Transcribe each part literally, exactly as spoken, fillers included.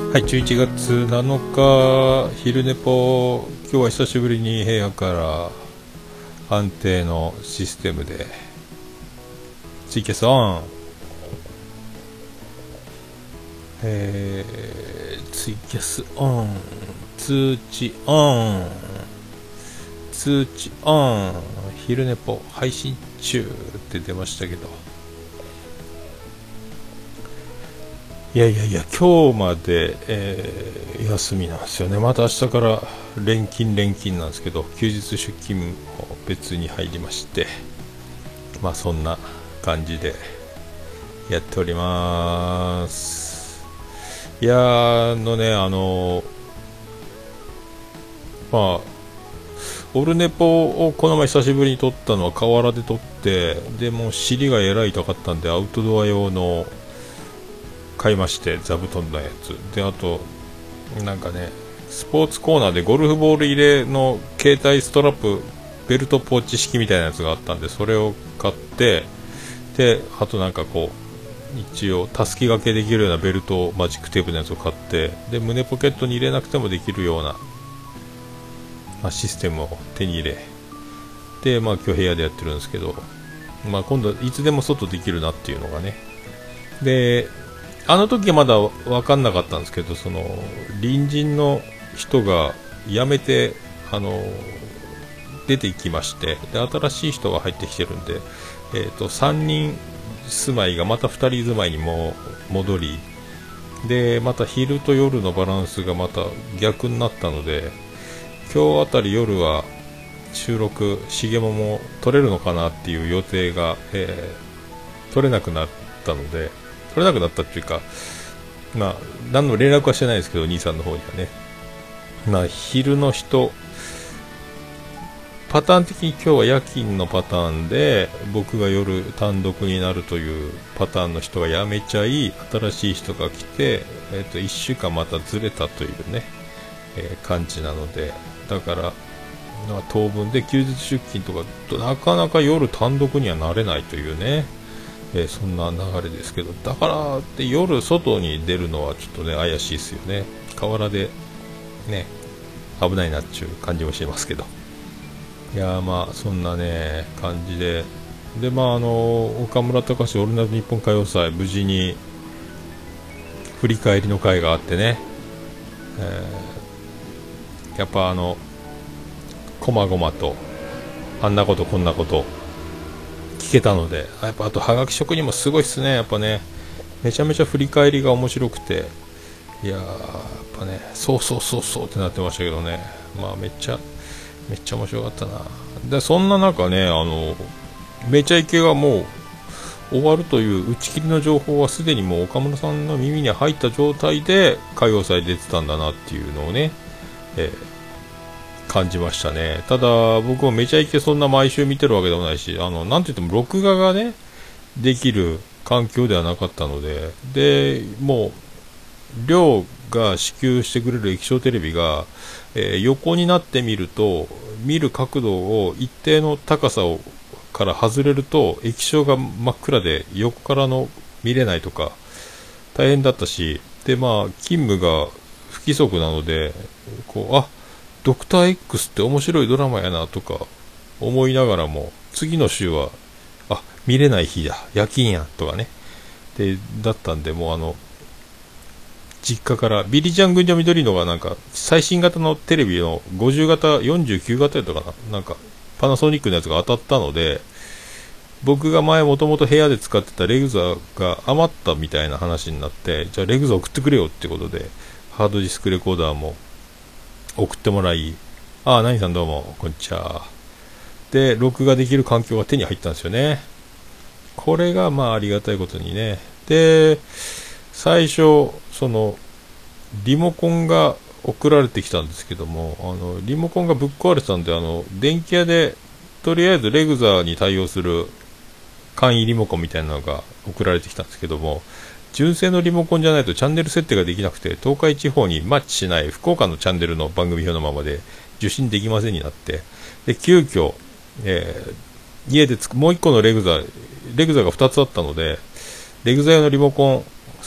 はい、じゅういちがつなのか昼寝ぽ。今日は久しぶりに部屋から安定のシステムでツイキャスオン、えー、ツイキャスオン、通知オン、通知オン、昼寝ぽ配信中って出ましたけど、いやいやいや、今日まで、えー、休みなんですよね。また明日から連勤連勤なんですけど、休日出勤も別に入りまして、まあそんな感じでやっております。いやーあのね、あのまあオルネポをこの前久しぶりに撮ったのは河原で撮って、でもう尻がえらい痛かったんでアウトドア用の買いまして、座布団のやつで、あとなんかね、スポーツコーナーでゴルフボール入れの携帯ストラップベルトポーチ式みたいなやつがあったんで、それを買って、であとなんかこう一応たすき掛けできるようなベルト、マジックテープのやつを買って、で胸ポケットに入れなくてもできるような、まあ、システムを手に入れで、まあ今日部屋でやってるんですけど、まあ今度いつでも外できるなっていうのがね。であの時はまだ分かんなかったんですけど、その隣人の人が辞めてあの出てきまして、で新しい人が入ってきてるんで、えー、とさんにん住まいがまたふたり住まいにも戻り、でまた昼と夜のバランスがまた逆になったので、今日あたり夜は収録しげもも撮れるのかなっていう予定が、えー、撮れなくなったので、取れなくなったっていうか、まあ何の連絡はしてないですけど、兄さんの方にはね、まあ昼の人パターン的に今日は夜勤のパターンで、僕が夜単独になるというパターンの人が辞めちゃい、新しい人が来て、えー、といっしゅうかんまたずれたというね、えー、感じなので、だから当分で休日出勤とかなかなか夜単独にはなれないというね、えー、そんな流れですけど、だからって夜外に出るのはちょっとね怪しいですよね。河原でね危ないなっちゅう感じもしますけど、いやーまあそんなね感じで、でまああの岡村隆史オールナイトニッポン歌謡祭、無事に振り返りの会があってね、えー、やっぱあのこまごまとあんなことこんなこと聞けたので、やっぱあとはがき職人もすごいっすね。やっぱねめちゃめちゃ振り返りが面白くて、いやーやっぱねそうそうそうそうってなってましたけどね、まあめっちゃめっちゃ面白かったな。でそんな中ね、あのめちゃイケがもう終わるという打ち切りの情報はすでにもう岡村さんの耳に入った状態で歌謡祭出てたんだなっていうのをね、えー感じましたね。ただ僕もめちゃイケそんな毎週見てるわけでもないし、あのなんといっても録画がねできる環境ではなかったので、でもう寮が支給してくれる液晶テレビが、えー、横になってみると見る角度を一定の高さをから外れると液晶が真っ暗で横からの見れないとか大変だったし、でまあ勤務が不規則なので、こうあドクター X って面白いドラマやなとか思いながらも、次の週はあ見れない日だ夜勤やとかね、でだったんで、もうあの実家からビリジャン軍じゃ緑のがなんか最新型のテレビのごじゅう型よんじゅうきゅう型やったかな、なんかパナソニックのやつが当たったので、僕が前もともと部屋で使ってたレグザが余ったみたいな話になって、じゃあレグザ送ってくれよってことでハードディスクレコーダーも送ってもらい、ああ、何さんどうもこんにちはで録画できる環境が手に入ったんですよね。これがまあありがたいことにね。で最初そのリモコンが送られてきたんですけども、あのリモコンがぶっ壊れてたんで、あの電気屋でとりあえずレグザに対応する簡易リモコンみたいなのが送られてきたんですけども、純正のリモコンじゃないとチャンネル設定ができなくて、東海地方にマッチしない福岡のチャンネルの番組表のままで受信できませんになって、で急遽、えー、家でつくもういっこのレグザレグザがふたつあったので、レグザ用のリモコン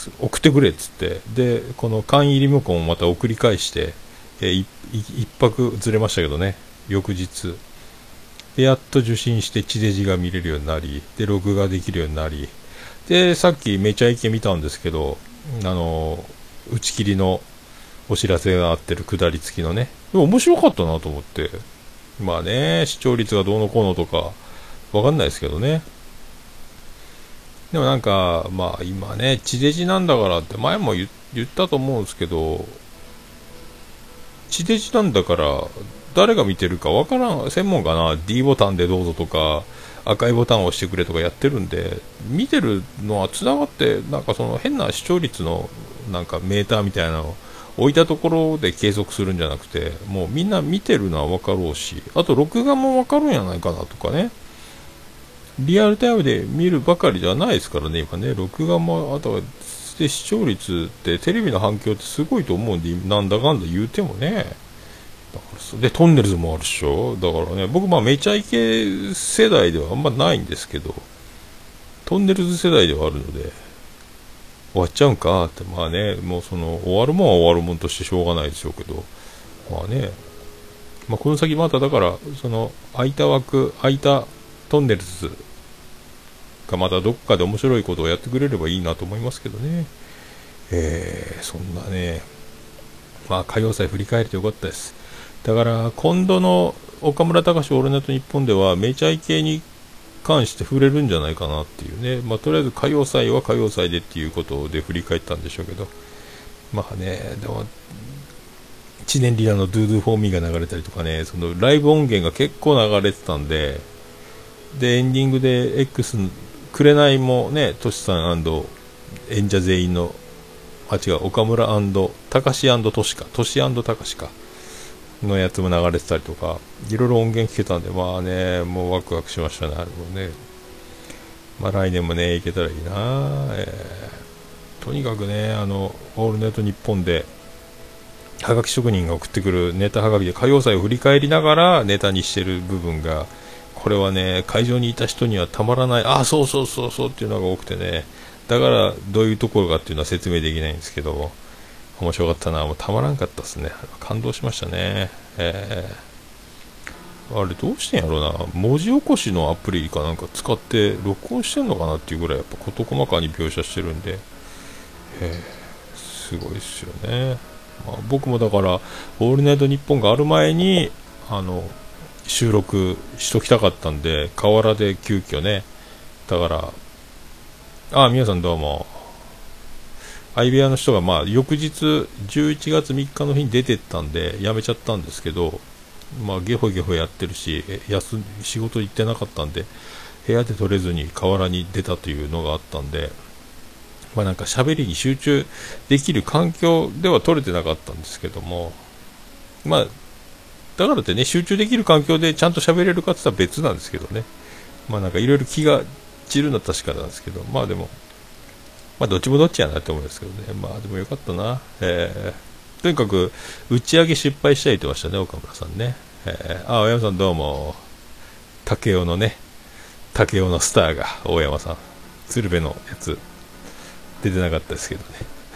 送ってくれっつって、でこの缶入り向こうもまた送り返して、えー、い一泊ずれましたけどね、翌日でやっと受信して地デジが見れるようになり、で録画できるようになり、でさっきめちゃイケ見たんですけど、あの打ち切りのお知らせがあってる下り付きのね、でも面白かったなと思って、まあね、視聴率がどうのこうのとかわかんないですけどね。でもなんかまあ今ね、地デジなんだからって前も 言, 言ったと思うんですけど、地デジなんだから誰が見てるかわからん専門かな、 D ボタンでどうぞとか赤いボタンを押してくれとかやってるんで、見てるのはつながって、なんかその変な視聴率のなんかメーターみたいなのを置いたところで計測するんじゃなくて、もうみんな見てるのは分かろうし、あと録画も分かるんじゃないかなとかね、リアルタイムで見るばかりではないですからね今ね、録画も、あとはで視聴率ってテレビの反響ってすごいと思うんで、なんだかんだ言うてもね、だからでトンネルズもあるでしょ。だからね、僕まあめちゃイケ世代ではあんまないんですけど、トンネルズ世代ではあるので、終わっちゃうんかって、まあね、もうその終わるもんは終わるもんとしてしょうがないでしょうけど、まあね、まあ、この先まただからその空いた枠、空いたトンネルズがまたどっかで面白いことをやってくれればいいなと思いますけどね。えー、そんなね、まあ歌謡祭振り返れてよかったです。だから今度の岡村隆史オールナイトニッポンではめちゃイケに関して触れるんじゃないかなっていうね、まあ、とりあえず歌謡祭は歌謡祭でっていうことで振り返ったんでしょうけど、まあね、でも知念里奈の Do Do For Me が流れたりとかね、そのライブ音源が結構流れてたんで、でエンディングで X 紅もね、トシさん&演者全員の、あ違う、岡村&高志&トシか、トシ&高志かのやつも流れてたりとか、いろいろ音源聞けたんで、まあね、もうワクワクしましたね、あれもね。まあ来年もね、行けたらいいな、えー、とにかくね、あの、オールナイトニッポンで、はがき職人が送ってくるネタはがきで歌謡祭を振り返りながらネタにしてる部分が、これはね、会場にいた人にはたまらない、ああ、そうそうそうそうっていうのが多くてね、だからどういうところかっていうのは説明できないんですけど、面白かったな、もうたまらんかったですね、感動しましたね。えー、あれどうしてんやろうな、文字起こしのアプリかなんか使って録音してんのかなっていうぐらいやっぱ事細かに描写してるんで、えー、すごいですよね。まあ、僕もだからオールナイトニッポンがある前にあの収録しときたかったんで、河原で急遽ね、だからあ皆さんどうも、相部屋の人がまあ翌日じゅういちがつみっかの日に出てったんで辞めちゃったんですけど、まあゲホゲホやってるし休仕事行ってなかったんで部屋で撮れずに河原に出たというのがあったんで、まあなんか喋りに集中できる環境では撮れてなかったんですけども、まあだからってね、集中できる環境でちゃんと喋れるかって言ったら別なんですけどね、まあなんかいろいろ気が散るのは確かなんですけど、まあでもまあどっちもどっちやなって思うんですけどね、まあでもよかったな。えー、とにかく打ち上げ失敗したいと言ってましたね、岡村さんね。えー、あ、大山さんどうも、竹雄のね、竹雄のスターが大山さん、鶴瓶のやつ出てなかったですけどね。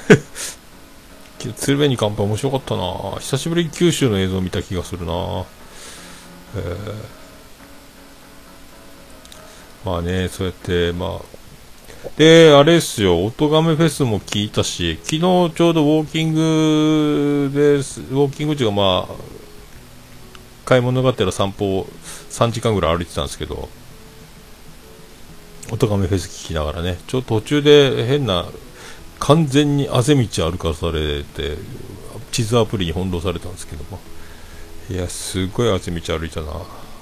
鶴瓶に乾杯面白かったな。久しぶりに九州の映像を見た気がするな。えー、まあね、そうやってまあであれですよ、おとがめフェスも聞いたし、昨日ちょうどウォーキングです。ウォーキング中がまあ買い物がてら散歩をさんじかんぐらい歩いてたんですけど、おとがめフェス聞きながらね、ちょっと途中で変な完全にあぜ道歩かされて地図アプリに翻弄されたんですけども、いやすごいあぜ道歩いたな。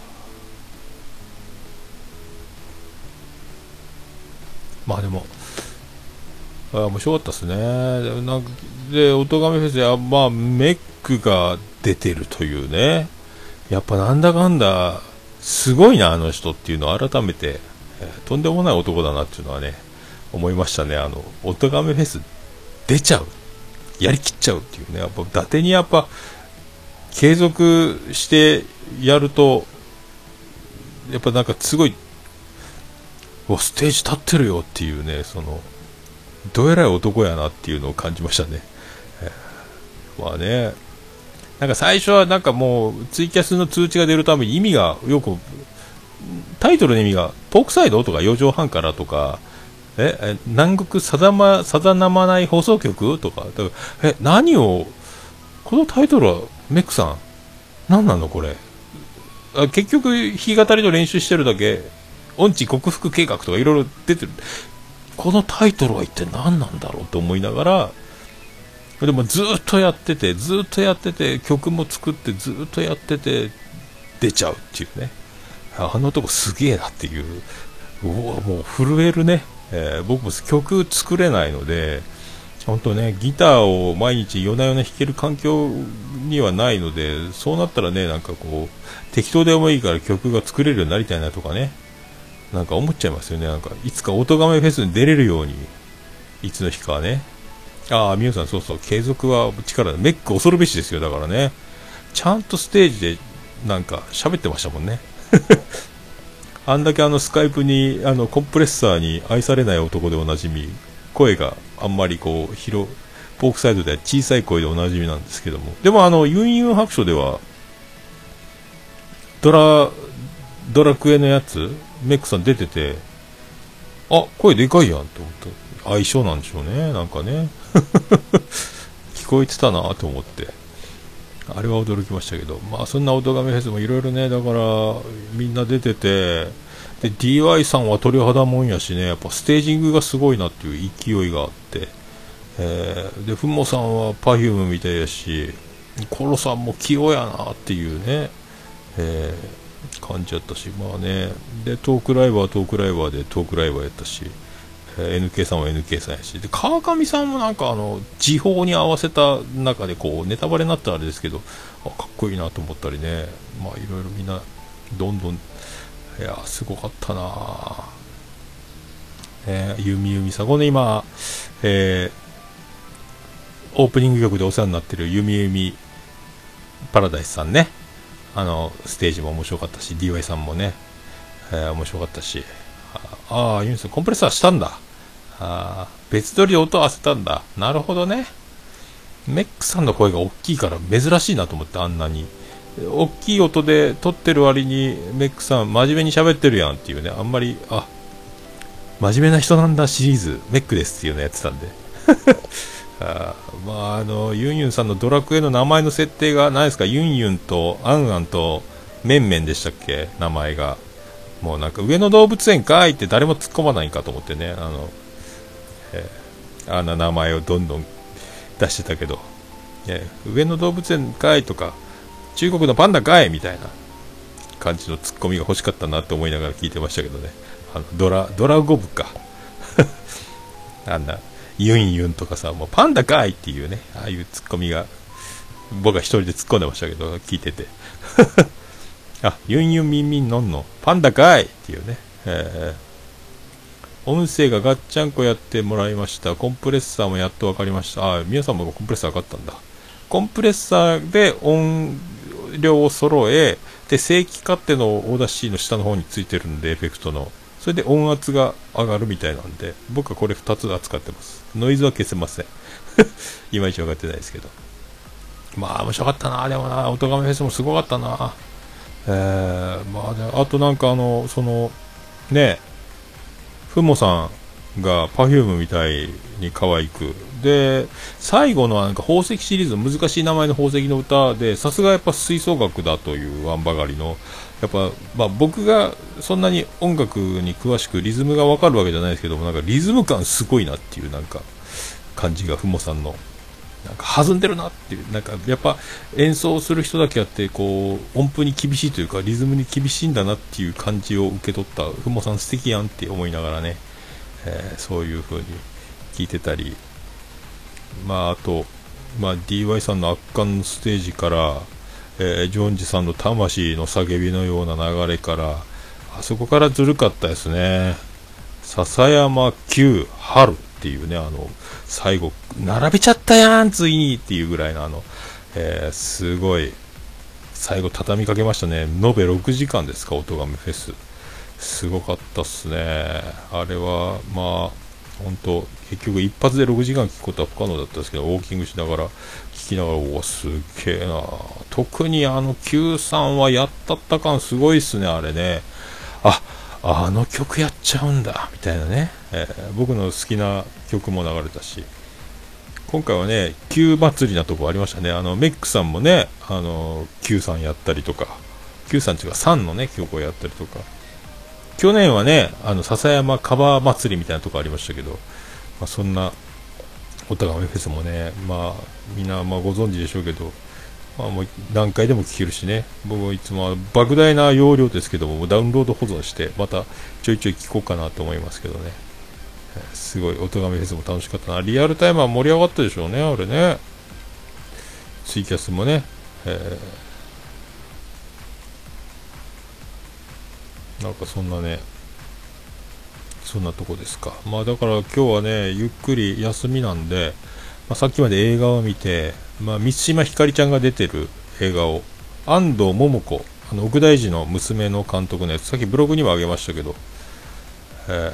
まあでもあ面白かったですね。でなんかでおとがめフェスでまあメックが出てるというね、やっぱなんだかんだすごいなあの人っていうのを改めて、えー、とんでもない男だなっていうのはね思いましたね。あのおとがめフェス出ちゃう、やりきっちゃうっていうね、やっぱ伊達にやっぱ継続してやるとやっぱなんかすごいステージ立ってるよっていうね、そのどえらい男やなっていうのを感じましたね。えー、まあね、なんか最初はなんかもうツイキャスの通知が出るために意味がよく、タイトルの意味がポークサイドとかよじはんからとか、ええ南国さざまさざなまない放送局とか、だからえ何を、このタイトルはメックさん何なのこれ、あ結局弾き語りの練習してるだけ、音痴克服計画とかいろいろ出てる、このタイトルは一体何なんだろうと思いながら、でもずっとやっててずっとやってて曲も作ってずっとやってて出ちゃうっていうね、あの男すげえなっていう、うおもう震えるね、えー、僕も曲作れないので本当ね、ギターを毎日夜な夜な弾ける環境にはないので、そうなったらね、なんかこう適当でもいいから曲が作れるようになりたいなとかね、なんか思っちゃいますよね。なんかいつか音亀フェスに出れるように、いつの日かはね。ああ、みゆさん、そうそう、継続は力だ。メック恐るべしですよ。だからね、ちゃんとステージでなんか喋ってましたもんね。あんだけあのスカイプにあのコンプレッサーに愛されない男でおなじみ、声があんまりこう広、ポークサイドでは小さい声でおなじみなんですけども、でもあのユンユン白書ではドラドラクエのやつメックさん出てて、あ、声でかいやんと思った。相性なんでしょうね、なんかね。聞こえてたなと思って、あれは驚きましたけど、まあそんな音亀フェスもいろいろね、だからみんな出てて、で ディーワイ さんは鳥肌もんやしね、やっぱステージングがすごいなっていう勢いがあって、えー、でふもさんは Perfume みたいやし、コロさんも器用やなっていうね、えー、感じやったし、まあね、でトークライバーはトークライバーでトークライバーやったし、エヌケー さんは エヌケー さんやし、で川上さんもなんかあの時報に合わせた中でこうネタバレになったらあれですけど、あかっこいいなと思ったりね、まあいろいろみんなどんどん、いやすごかったな、えー、ゆみゆみさん、この今、えー、オープニング曲でお世話になってるゆみゆみパラダイスさんね、あのステージも面白かったし、 ディーワイ さんもね、えー、面白かったし、ああユニさんコンプレッサーしたんだ、あ別撮りで音合わせたんだ、なるほどね。メックさんの声が大きいから珍しいなと思って、あんなに大きい音で撮ってる割にメックさん真面目に喋ってるやんっていうね、あんまり、あ真面目な人なんだシリーズメックですっていうのやってたんであまああのユンユンさんのドラクエの名前の設定が何ですか、ユンユンとアンアンとメンメンでしたっけ、名前がもうなんか上野動物園かいって誰も突っ込まないんかと思ってね、あの、えー、あんな名前をどんどん出してたけど、えー、上野動物園かいとか中国のパンダかいみたいな感じのツッコミが欲しかったなと思いながら聞いてましたけどね、あのドラドラゴブかあんなユンユンとかさ、もうパンダかいっていうね、ああいうツッコミが僕は一人で突っ込んでましたけど、聞いててあ、ユンユンミンミンノンのパンダかいっていうね、えー、音声がガッチャンコやってもらいました。コンプレッサーもやっと分かりました。あ、皆さんもコンプレッサー分かったんだ。コンプレッサーで音量を揃えで、正規勝手のオーダー C の下の方についてるんで、エフェクトのそれで音圧が上がるみたいなんで、僕はこれふたつ扱ってます。ノイズは消せませんいまいち分かってないですけど、まあ面白かったな。でもな、音亀フェスもすごかったな。えー、まあね、あとなんかあのそのね、ふもさんが Perfume みたいに可愛くで、最後のなんか宝石シリーズの難しい名前の宝石の歌で、さすがやっぱ吹奏楽だというワンばかりの、やっぱ、まあ、僕がそんなに音楽に詳しくリズムが分かるわけじゃないですけども、なんかリズム感すごいなっていうなんか感じがふもさんのなんか弾んでるなっていう、なんかやっぱ演奏する人だけあってこう音符に厳しいというかリズムに厳しいんだなっていう感じを受け取ったふもさん素敵やんって思いながらね、えー、そういう風に聞いてたり、まああと、まあ、ディーワイ さんの圧巻のステージから、えー、ジョンジさんの魂の叫びのような流れから、あそこからずるかったですね。笹山久春っていうね、あの最後並べちゃったやんついにっていうぐらいのあの、えー、すごい最後畳みかけましたね。延べろくじかんですか、音亀フェス。すごかったっすね。あれはまあ本当結局一発でろくじかん聞くことは不可能だったんですけど、ウォーキングしながら聞きながら、おおすげえな。特にあの Q さんはやったった感すごいっすね、あれね。ああの曲やっちゃうんだみたいなね、えー、僕の好きな曲も流れたし、今回はね Q 祭りなとこありましたね。あのメックさんもね、あの Q さんやったりとか、 Q さんっていうかさんのね曲をやったりとか、去年はねあの笹山カバー祭りみたいなとこありましたけど、まあ、そんなおたがめフェスもね、まあみんなまあご存知でしょうけど、まあ、もう何回でも聴けるしね、僕いつも莫大な容量ですけどもダウンロード保存してまたちょいちょい聴こうかなと思いますけどね。すごいおとがめフェスも楽しかったな。リアルタイムは盛り上がったでしょうね、あれね。ツイキャスもね、えー、なんかそんなね、そんなとこですか。まあだから今日はねゆっくり休みなんで、まあ、さっきまで映画を見て、まあ、満島ひかりちゃんが出てる映画を、安藤桃子、あの奥大寺の娘の監督のやつ、さっきブログにもあげましたけど、えー、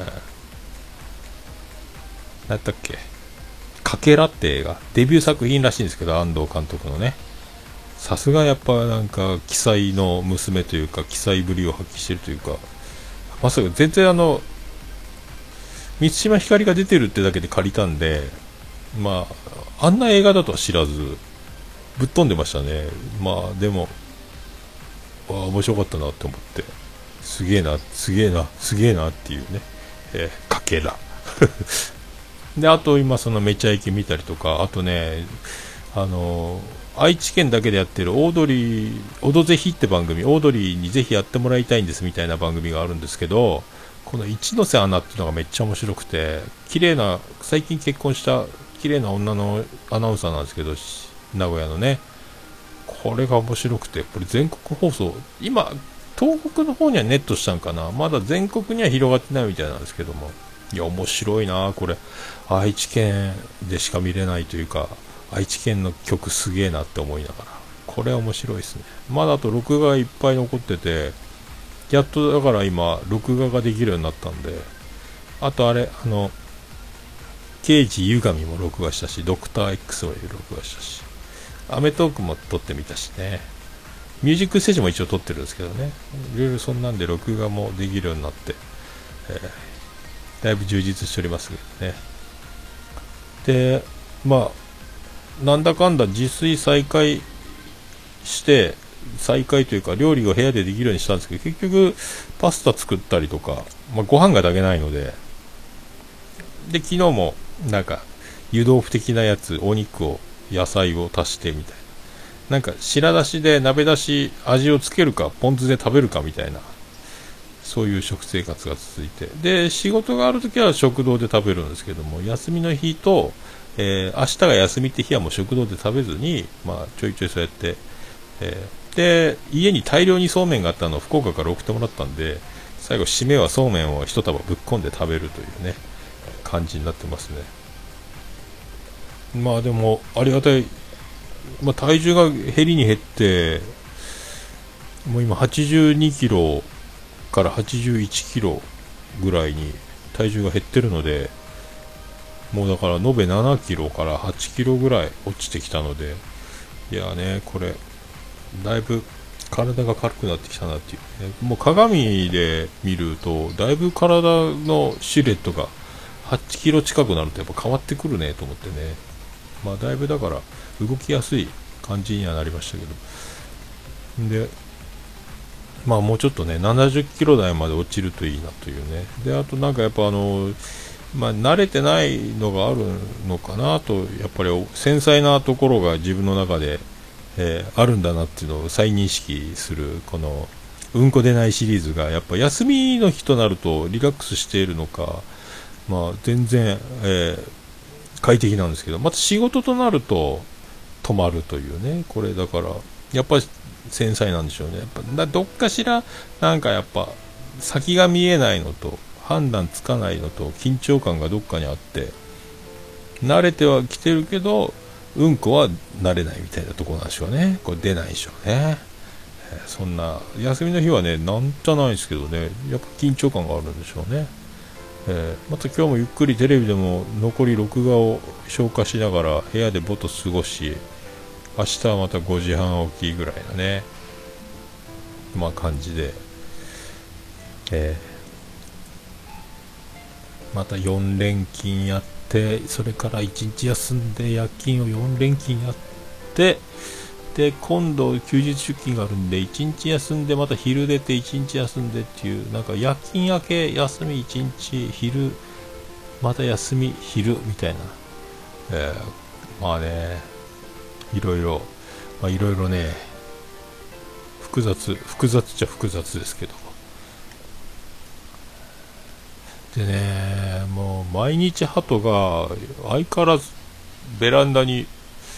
何やったっけ、かけらって映画、デビュー作品らしいんですけど、安藤監督のね、さすがやっぱなんか奇才の娘というか奇才ぶりを発揮してるというか、まさか全然あの満島ひかりが出てるってだけで借りたんで、まああんな映画だとは知らずぶっ飛んでましたね。まあでもあ面白かったなって思って、すげえなすげえなすげえなっていうね、えー、かけらで、あと今そのめちゃイケ見たりとか、あとねあのー、愛知県だけでやってるオードリーオドぜひって番組、オードリーにぜひやってもらいたいんですみたいな番組があるんですけど、この一ノ瀬アナっていうのがめっちゃ面白くて、綺麗な最近結婚した綺麗な女のアナウンサーなんですけど、名古屋のね、これが面白くて、これ全国放送、今東北の方にはネットしたんかな、まだ全国には広がってないみたいなんですけども、いや面白いなこれ、愛知県でしか見れないというか、愛知県の曲すげえなって思いながら、これは面白いですね。まだあと録画いっぱい残ってて、やっとだから今録画ができるようになったんで、あとあれあの刑事ゆがみも録画したし、ドクター X も録画したし、アメトークも撮ってみたしね、ミュージックステージも一応撮ってるんですけどね、いろいろそんなんで録画もできるようになって、えー、だいぶ充実しておりますけどね。でまあなんだかんだ自炊再開して再開というか料理を部屋でできるようにしたんですけど、結局パスタ作ったりとか、まあ、ご飯が炊けないので、で昨日もなんか湯豆腐的なやつ、お肉を野菜を足してみたいな、なんか白だしで鍋だし味をつけるかポン酢で食べるかみたいな、そういう食生活が続いて、で仕事があるときは食堂で食べるんですけども、休みの日と、えー、明日が休みって日はもう食堂で食べずに、まあ、ちょいちょいそうやって、えー、で家に大量にそうめんがあったのを福岡から送ってもらったんで、最後締めはそうめんを一束ぶっこんで食べるというね感じになってますね。まあでもありがたい、まあ、体重が減りに減って、もう今はちじゅうにキロからはちじゅういちキロぐらいに体重が減ってるので、もうだから延べななキロからはちキロぐらい落ちてきたので、いやねこれだいぶ体が軽くなってきたなっていう、ね、もう鏡で見るとだいぶ体のシルエットがはちキロ近くなるとやっぱ変わってくるねと思ってね、まあだいぶだから動きやすい感じにはなりましたけど、でまあもうちょっとねななじゅっキロ台まで落ちるといいなというね。であとなんかやっぱあのまあ慣れてないのがあるのかなと、やっぱり繊細なところが自分の中で、えー、あるんだなっていうのを再認識する、このうんこ出ないシリーズがやっぱ休みの日となるとリラックスしているのか、まあ全然、えー、快適なんですけど、また仕事となると止まるというね、これだからやっぱり繊細なんでしょうね。やっぱだどっかしらなんかやっぱ先が見えないのと判断つかないのと緊張感がどっかにあって、慣れてはきてるけどうんこは慣れないみたいなところなんでしょうね。これ出ないでしょうね。えー、そんな休みの日はねなんじゃないですけどね、やっぱ緊張感があるんでしょうね。 えー、また今日もゆっくりテレビでも残り録画を消化しながら部屋でぼっと過ごし、明日はまたごじはん起きぐらいのね、まあ感じで、えー、またよん連勤やって、それからいちにち休んで夜勤をよん連勤やって、で今度休日出勤があるんでいちにち休んでまた昼出ていちにち休んでっていう、なんか夜勤明け休みいちにち昼また休み昼みたいな、えー、まあねいろいろまあいろいろね複雑複雑っちゃ複雑ですけど、でねもう毎日鳩が相変わらずベランダに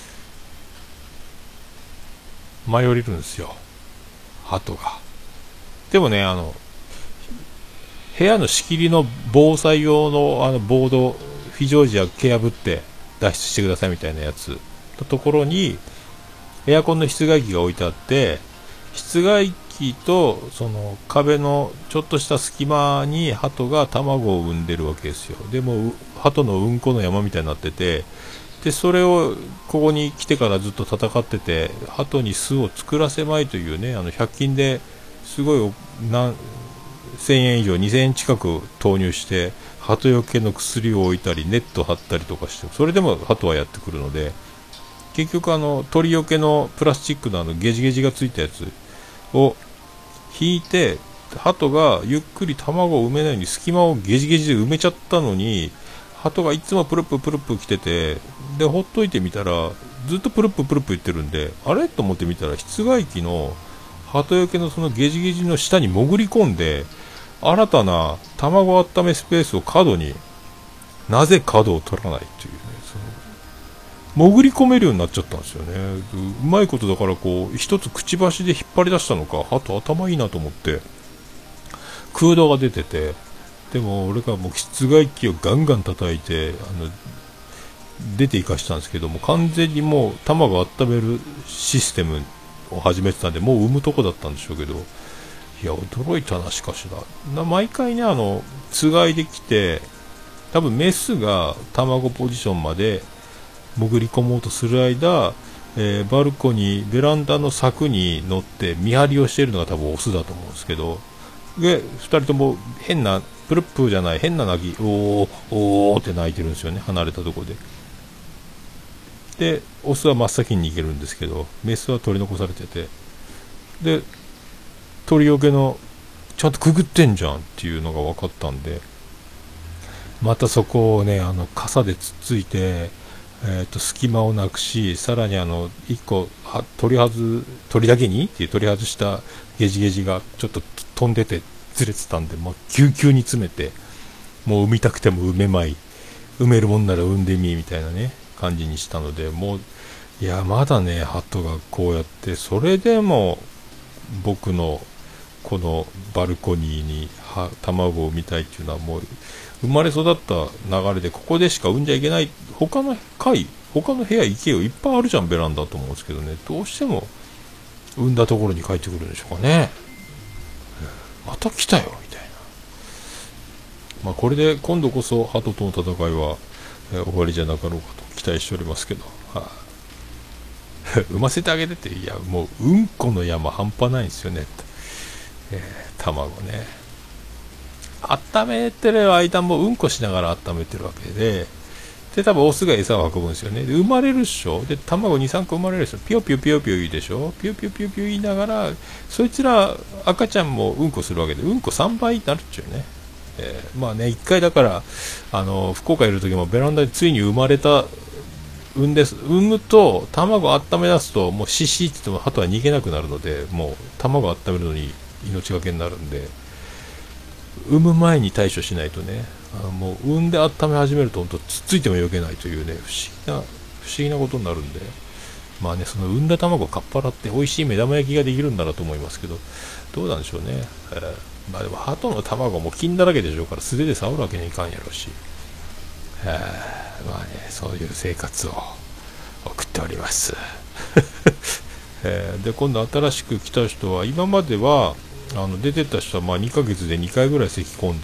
舞い降りるんですよ、鳩が。でもね、あの部屋の仕切りの防災用のあのボード、非常時は蹴破って脱出してくださいみたいなやつのところにエアコンの室外機が置いてあって、室外機とその壁のちょっとした隙間に鳩が卵を産んでるわけですよ。でも鳩のうんこの山みたいになってて、でそれをここに来てからずっと戦ってて、鳩に巣を作らせまいというね、あのひゃく均ですごい何せんえん以上にせんえん近く投入して鳩よけの薬を置いたりネット張ったりとかして、それでも鳩はやってくるので、結局あの鳥よけのプラスチックのあのゲジゲジがついたやつを引いて、鳩がゆっくり卵を産めないように隙間をゲジゲジで埋めちゃったのに、鳩がいつもプルッププルップ来てて、でほっといてみたらずっとプルッププルップ言ってるんで、あれと思ってみたら室外機の鳩よけのそのゲジゲジの下に潜り込んで、新たな卵温めスペースを角に、なぜ角を取らないっていうね、その潜り込めるようになっちゃったんですよね。うまいことだからこう一つくちばしで引っ張り出したのか、鳩頭いいなと思って空洞が出てて、でも俺がもう室外機をガンガン叩いてあの出ていかしたんですけども、完全にもう卵を温めるシステムを始めてたんで、もう産むとこだったんでしょうけど、いや驚いたな。しかしなな毎回ね、あのつがいできて、多分メスが卵ポジションまで潜り込もうとする間、えー、バルコニーベランダの柵に乗って見張りをしているのが多分オスだと思うんですけど、でふたりとも変なプルップじゃない変な鳴き、おーおーって鳴いてるんですよね、離れたところで。でオスは真っ先に逃げるんですけど、メスは取り残されてて、で鳥よけのちゃんとくぐってんじゃんっていうのが分かったんで、またそこをねあの傘でつっついて、えー、と隙間をなくし、さらにあのいっこは取り外取りだけにっていう取り外したゲジゲジがちょっと飛んでてずれてたんで、もうぎゅうぎゅうに詰めて、もう産みたくても産めまい、産めるもんなら産んでみみたいなね感じにしたので、もういやまだね鳩がこうやって、それでも僕のこのバルコニーには卵を産みたいっていうのは、もう生まれ育った流れでここでしか産んじゃいけない、他の階他の部屋行けよ、いっぱいあるじゃんベランダと思うんですけどね、どうしても産んだところに帰ってくるんでしょうかね。また来たよみたいな。まあこれで今度こそ鳩との戦いは、えー、終わりじゃなかろうかと期待しておりますけど、はあ産ませてあげてて、いやもううんこの山半端ないんですよねって、えー、卵ね温めてる間もうんこしながら温めてるわけで、で多分オスが餌を運ぶんですよね。で生まれるっしょ、で卵 にさんこ生まれるでしょ、ピヨピヨピヨピヨいいでしょ、ピヨピヨピヨピヨ言いながら、そいつら赤ちゃんもうんこするわけで、うんこさんばいになるっちゅうね。えー、まあねいっかいだからあの福岡いる時もベランダでついに生まれた産んです産むと卵を温め出すともうシッシーって言っても鳩は逃げなくなるので、もう卵を温めるのに命がけになるんで、産む前に対処しないとね、あのもう産んで温め始めると本当つっついてもよけないというね、不思議な不思議なことになるんで、まあねその産んだ卵をかっぱらって美味しい目玉焼きができるんだなと思いますけど、どうなんでしょうね。えー、まあでも鳩の卵も菌だらけでしょうから素手で触るわけにはいかんやろうし、えー、まあねそういう生活を送っております、えー、で今度新しく来た人は、今まではあの出てった人はまあにかげつでにかいぐらい咳き込んで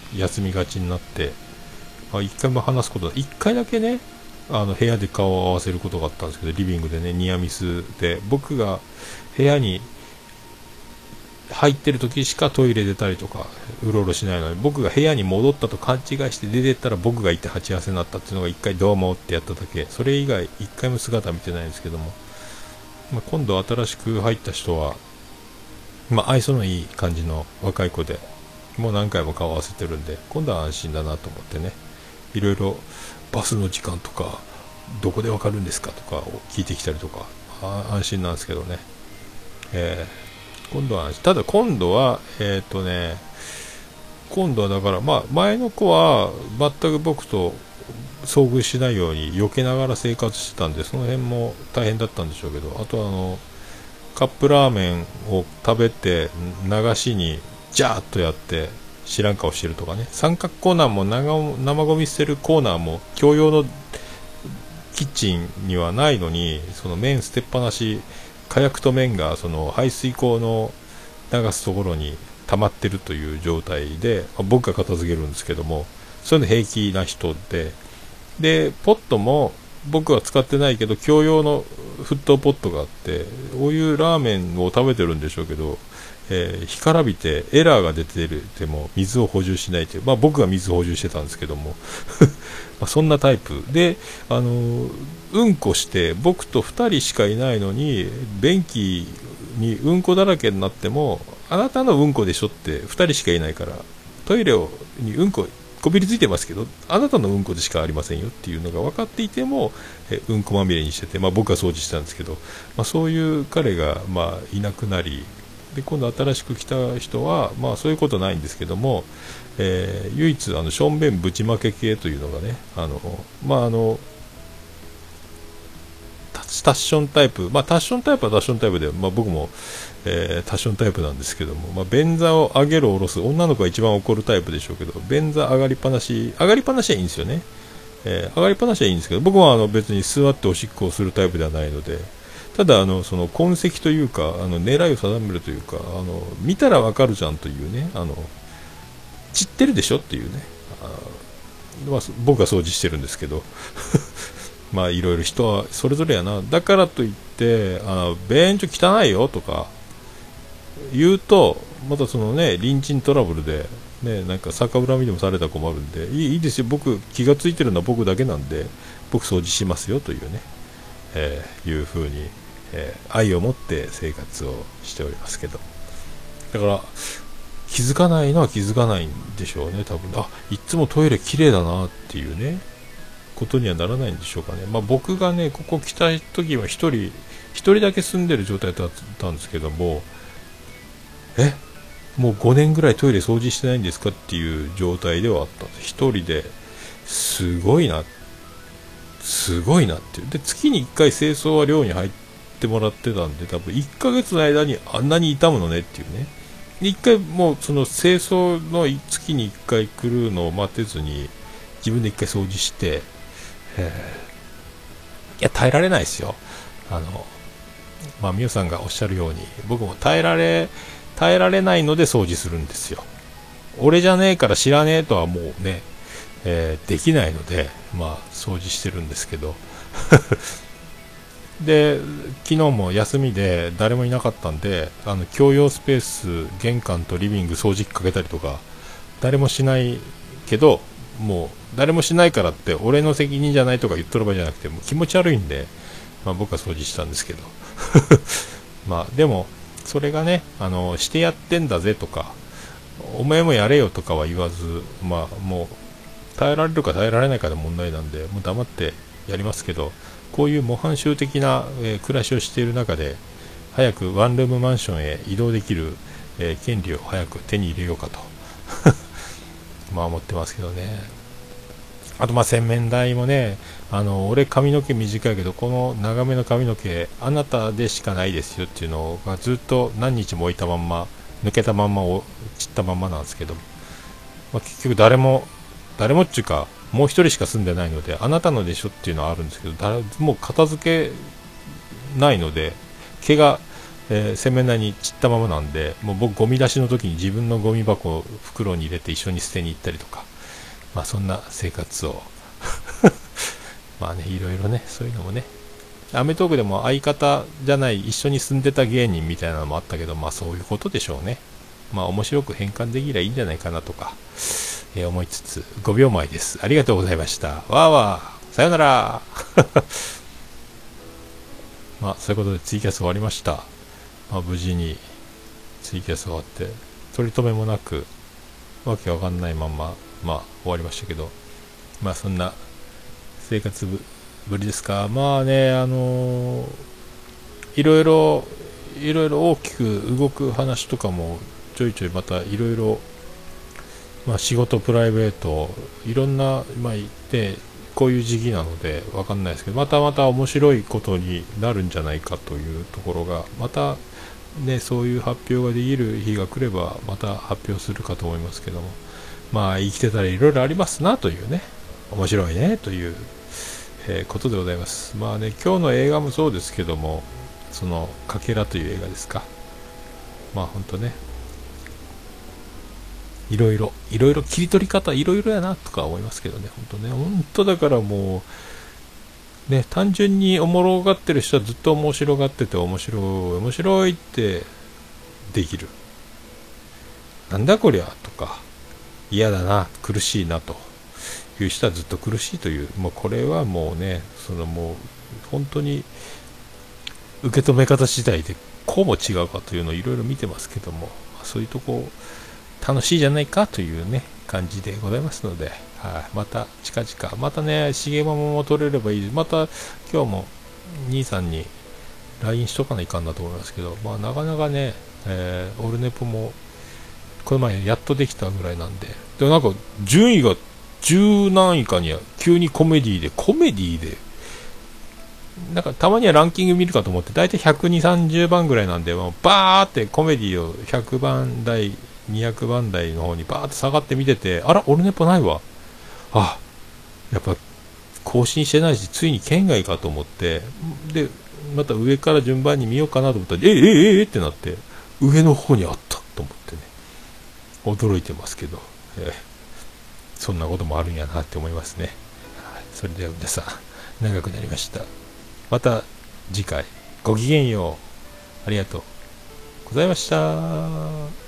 休みがちになって、あ、一回も話すこと一回だけね、あの部屋で顔を合わせることがあったんですけど、リビングでね、ニアミスで、僕が部屋に入ってる時しかトイレ出たりとかうろうろしないのに、僕が部屋に戻ったと勘違いして出てったら僕がいて鉢合わせになったっていうのが一回どうもってやっただけ、それ以外一回も姿見てないんですけども、まあ、今度新しく入った人は、まあ、愛想のいい感じの若い子で、もう何回も顔合わせてるんで、今度は安心だなと思ってね、いろいろバスの時間とかどこでわかるんですかとかを聞いてきたりとか、あ安心なんですけどね、えー、今度はただ今度はえっ、ー、とね今度はだから、まあ、前の子は全く僕と遭遇しないように避けながら生活してたんで、その辺も大変だったんでしょうけど、あとはあのカップラーメンを食べて流しにジャーッとやって知らん顔してるとかね、三角コーナーも生ゴミ捨てるコーナーも共用のキッチンにはないのに、その麺捨てっぱなし、火薬と麺がその排水口の流すところに溜まってるという状態で、僕が片付けるんですけども、そういうの平気な人で、でポットも僕は使ってないけど共用の沸騰ポットがあって、お湯ラーメンを食べてるんでしょうけど、えー、干からびてエラーが出てるても水を補充しないという、まあ、僕が水補充してたんですけどもまあそんなタイプで、あのー、うんこして僕とふたりしかいないのに便器にうんこだらけになっても、あなたのうんこでしょってふたりしかいないから、トイレをにうんここびりついてますけどあなたのうんこでしかありませんよっていうのが分かっていても、えうんこまみれにしてて、まあ、僕は掃除してたんですけど、まあ、そういう彼がまあいなくなり、で今度新しく来た人は、まあ、そういうことないんですけども、えー、唯一あのしょんべんぶちまけ系というのがね、あの、まあ、あのタッションタイプ、まあ、タッションタイプはタッションタイプで、まあ、僕も、えー、タッションタイプなんですけども、まあ、便座を上げる下ろす女の子が一番怒るタイプでしょうけど、便座上がりっぱなし上がりっぱなしはいいんですよね、えー、上がりっぱなしはいいんですけど、僕はあの別に座っておしっこをするタイプではないので、ただあのその痕跡というか、あの狙いを定めるというか、あの見たらわかるじゃんというね、あの散ってるでしょっていうね、あ、まあ、僕は掃除してるんですけどまあいろいろ人はそれぞれやな。だからといってあの便所汚いよとか言うと、またそのね隣人トラブルでね、なんか逆恨みでもされたら困るんで、いい、いいですよ、僕気がついてるのは僕だけなんで僕掃除しますよというね、えー、いう風に、えー、愛を持って生活をしておりますけど、だから気づかないのは気づかないんでしょうね多分。あ、いつもトイレ綺麗だなっていうねことにはならないんでしょうかね。まあ、僕がねここ来た時は一人一人だけ住んでる状態だったんですけども、えもうごねんぐらいトイレ掃除してないんですかっていう状態ではあったんです。一人ですごいなすごいなっていう。で月にいっかい清掃は寮に入ってもらってたんで、多分いっかげつの間にあんなに痛むのねっていうね。いっかいもうその清掃の月にいっかい来るのを待てずに自分でいっかい掃除して、いや耐えられないですよ。あのまあみおさんがおっしゃるように僕も耐えられ耐えられないので掃除するんですよ。俺じゃねえから知らねえとはもうね、えー、できないのでまあ掃除してるんですけどで昨日も休みで誰もいなかったんで、あの共用スペース玄関とリビング掃除機かけたりとか、誰もしないけどもう誰もしないからって俺の責任じゃないとか言っとる場合じゃなくて、もう気持ち悪いんで、まあ、僕は掃除したんですけどまあでもそれがね、あのしてやってんだぜとかお前もやれよとかは言わず、まあもう耐えられるか耐えられないかの問題なんでもう黙ってやりますけど、こういう模範囚的な、えー、暮らしをしている中で早くワンルームマンションへ移動できる、えー、権利を早く手に入れようかとまあ思ってますけどね。あとまあ洗面台もね、あの俺髪の毛短いけどこの長めの髪の毛あなたでしかないですよっていうのがずっと何日も置いたまんま抜けたまんまを散ったまんまなんですけど、まあ、結局誰も誰もっていうかもう一人しか住んでないのであなたのでしょっていうのはあるんですけど、誰もう片付けないので毛がえー、洗面台に散ったままなんで、もう僕ゴミ出しの時に自分のゴミ箱を袋に入れて一緒に捨てに行ったりとか、まあそんな生活をまあね、いろいろね、そういうのもね、アメトークでも相方じゃない一緒に住んでた芸人みたいなのもあったけど、まあそういうことでしょうね。まあ面白く変換できりゃいいんじゃないかなとか、えー思いつつごびょうまえです。ありがとうございました。わーわー、さよならまあそういうことでツイキャス終わりました。まあ無事にツイキャス終わって、取り留めもなく、わけわかんないまま、まあ終わりましたけど、まあそんな生活ぶぶりですか。まあね、あのーいろいろ、いろいろ大きく動く話とかもちょいちょいまたいろいろ、まあ仕事、プライベート、いろんな、まあ言って、こういう時期なのでわかんないですけど、またまた面白いことになるんじゃないかというところが、またね、そういう発表ができる日が来れば、また発表するかと思いますけども、まあ生きてたらいろいろありますなというね、面白いねという、えーことでございます。まあね、今日の映画もそうですけども、そのかけらという映画ですか。まあ本当ね、いろいろいろいろ切り取り方いろいろやなとか思いますけどね、本当ね、本当だからもうね、単純におもろがってる人はずっと面白がってて、面白い面白いってできる、なんだこりゃとか、嫌だな、苦しいなという人はずっと苦しいという、もうこれはもうね、そのもう本当に受け止め方次第でこうも違うかというのをいろいろ見てますけども、そういうとこ楽しいじゃないかというね感じでございますので、はい、また近々またね、重ママも取れればいいです。また今日も兄さんに ライン しとかないかんなと思いますけど、まあなかなかね、えーオルネポもこの前やっとできたぐらいなんで、でもなんか順位がじゅう何位かには急にコメディでコメディでなんかたまにはランキング見るかと思って、だいたいひゃくにじゅう、さんじゅうばんぐらいなんで、もうバーってコメディをひゃくばん台、にひゃくばん台の方にバーって下がって見てて、あら、オルネポないわ。あ、やっぱ更新してないし、ついに県外かと思って、で、また上から順番に見ようかなと思ったら、えええええってなって、上の方にあったと思ってね、驚いてますけど、えーそんなこともあるんやなって思いますね。はい、それでは皆さん、長くなりました。また次回ごきげんよう。ありがとうございました。